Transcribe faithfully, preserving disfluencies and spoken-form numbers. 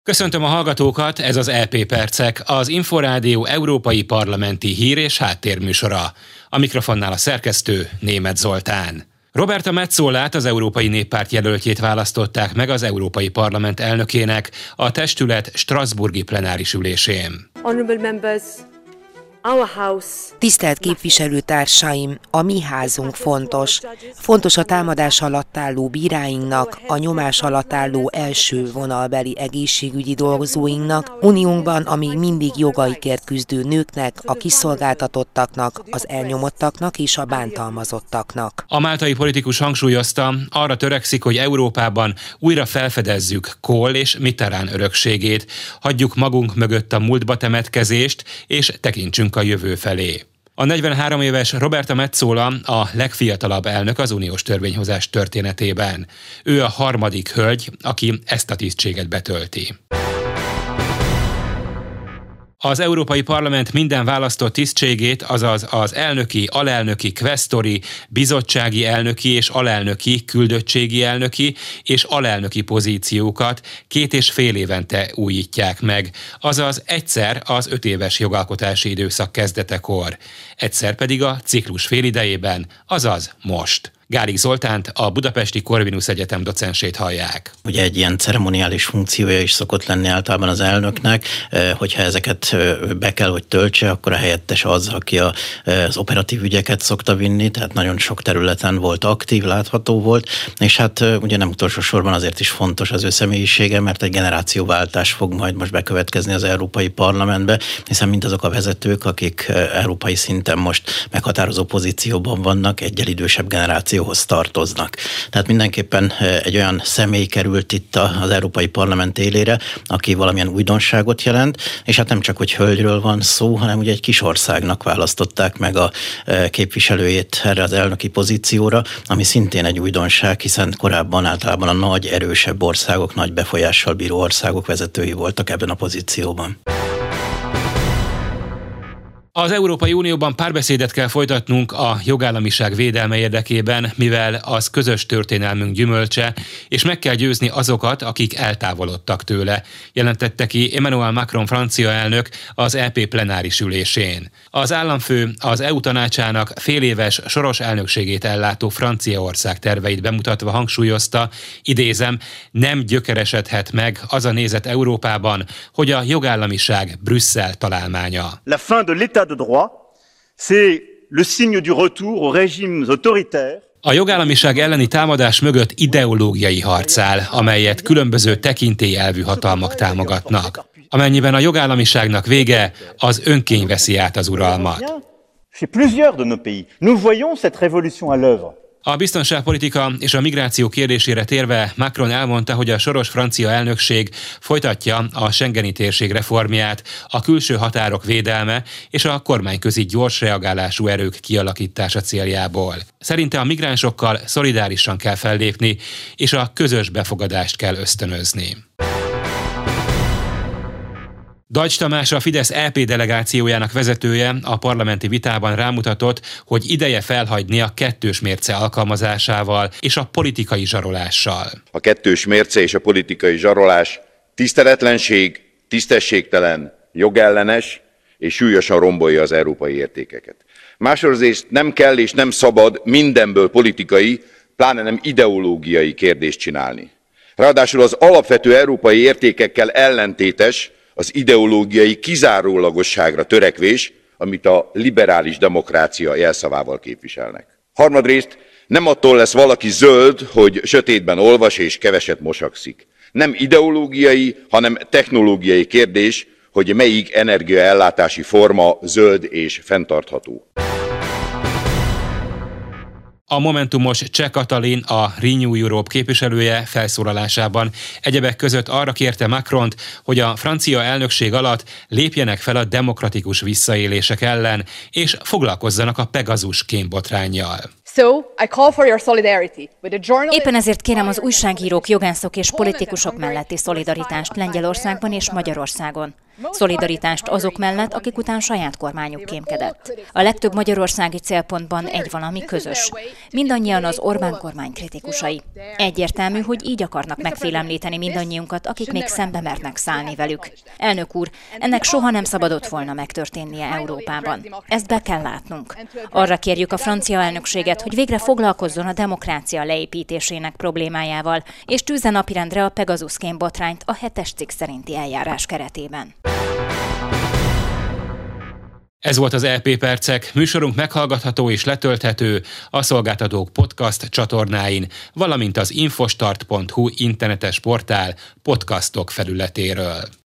Köszöntöm a hallgatókat, ez az é pé Percek, az Inforádió európai parlamenti hír- és háttérműsora. A mikrofonnál a szerkesztő Németh Zoltán. Roberta Metzolát, az Európai Néppárt jelöltjét választották meg az Európai Parlament elnökének a testület strasbourgi plenáris ülésén. Tisztelt képviselőtársaim, a mi házunk fontos. Fontos a támadás alatt álló bíráinknak, a nyomás alatt álló első vonalbeli egészségügyi dolgozóinknak, uniónkban a még mindig jogaikért küzdő nőknek, a kiszolgáltatottaknak, az elnyomottaknak és a bántalmazottaknak. A máltai politikus hangsúlyozta, arra törekszik, hogy Európában újra felfedezzük Kohl és Mitterrand örökségét, hagyjuk magunk mögött a múltba temetkezést, és tekintsünk a jövő felé. A negyvenhárom éves Roberta Metsola a legfiatalabb elnök az uniós törvényhozás történetében. Ő a harmadik hölgy, aki ezt a tisztséget betölti. Az Európai Parlament minden választott tisztségét, azaz az elnöki, alelnöki, kvesztori, bizottsági elnöki és alelnöki, küldöttségi elnöki és alelnöki pozíciókat két és fél évente újítják meg, azaz egyszer az öt éves jogalkotási időszak kezdetekor, egyszer pedig a ciklus félidejében, azaz most. Gálik Zoltánt, a Budapesti Corvinus Egyetem docensét hallják. Ugye egy ilyen ceremoniális funkciója is szokott lenni általában az elnöknek, hogyha ezeket be kell, hogy töltse, akkor a helyettes az, aki az operatív ügyeket szokta vinni, tehát nagyon sok területen volt aktív, látható volt, és hát ugye nem utolsó sorban azért is fontos az ő személyisége, mert egy generációváltás fog majd most bekövetkezni az Európai Parlamentbe, hiszen mindazok a vezetők, akik európai szinten most meghatározó pozícióban vannak, egyel idősebb generáció tartoznak. Tehát mindenképpen egy olyan személy került itt az Európai Parlament élére, aki valamilyen újdonságot jelent, és hát nem csak, hogy hölgyről van szó, hanem ugye egy kis országnak választották meg a képviselőjét erre az elnöki pozícióra, ami szintén egy újdonság, hiszen korábban általában a nagy, erősebb országok, nagy befolyással bíró országok vezetői voltak ebben a pozícióban. Az Európai Unióban párbeszédet kell folytatnunk a jogállamiság védelme érdekében, mivel az közös történelmünk gyümölcse, és meg kell győzni azokat, akik eltávolodtak tőle, jelentette ki Emmanuel Macron francia elnök az é pé plenáris ülésén. Az államfő az é u tanácsának féléves soros elnökségét ellátó Franciaország terveit bemutatva hangsúlyozta, idézem, nem gyökeresedhet meg az a nézet Európában, hogy a jogállamiság Brüsszel találmánya. La fin de l'état de droit, c'est le signe du retour aux régimes autoritaires. A jogállamiság elleni támadás mögött ideológiai harc áll, amelyet különböző tekintélyelvű hatalmak támogatnak. Amennyiben a jogállamiságnak vége, az önkény veszi át az uralmat. Chez plusieurs de nos pays, nous voyons cette révolution à l'œuvre. A biztonságpolitika és a migráció kérdésére térve Macron elmondta, hogy a soros francia elnökség folytatja a schengeni térség reformját, a külső határok védelme és a kormányközi gyors reagálású erők kialakítása céljából. Szerinte a migránsokkal szolidárisan kell fellépni, és a közös befogadást kell ösztönözni. Deutsch Tamás, a Fidesz é pé delegációjának vezetője a parlamenti vitában rámutatott, hogy ideje felhagyni a kettős mérce alkalmazásával és a politikai zsarolással. A kettős mérce és a politikai zsarolás tiszteletlenség, tisztességtelen, jogellenes és súlyosan rombolja az európai értékeket. Másrészt nem kell és nem szabad mindenből politikai, pláne nem ideológiai kérdést csinálni. Ráadásul az alapvető európai értékekkel ellentétes, az ideológiai kizárólagosságra törekvés, amit a liberális demokrácia jelszavával képviselnek. Harmadrészt nem attól lesz valaki zöld, hogy sötétben olvas és keveset mosakszik. Nem ideológiai, hanem technológiai kérdés, hogy melyik energiaellátási forma zöld és fenntartható. A Momentumos Cseh Katalin, a Renew Europe képviselője felszólalásában egyebek között arra kérte Macront, hogy a francia elnökség alatt lépjenek fel a demokratikus visszaélések ellen, és foglalkozzanak a Pegasus kémbotránnyal. Éppen ezért kérem az újságírók, jogászok és politikusok melletti szolidaritást Lengyelországban és Magyarországon. Szolidaritást azok mellett, akik után saját kormányuk kémkedett. A legtöbb magyarországi célpontban egy valami közös. Mindannyian az Orbán kormány kritikusai. Egyértelmű, hogy így akarnak megfélemlíteni mindannyiunkat, akik még szembe mernek szállni velük. Elnök úr, ennek soha nem szabadott volna megtörténnie Európában. Ezt be kell látnunk. Arra kérjük a francia elnökséget, hogy végre foglalkozzon a demokrácia leépítésének problémájával, és tűzze napirendre a Pegasus kém botrányt a hetes cikk szerinti eljárás keretében. Ez volt az é pé Percek, műsorunk meghallgatható és letölthető a Szolgáltatók podcast csatornáin, valamint az infostart pont hu internetes portál podcastok felületéről.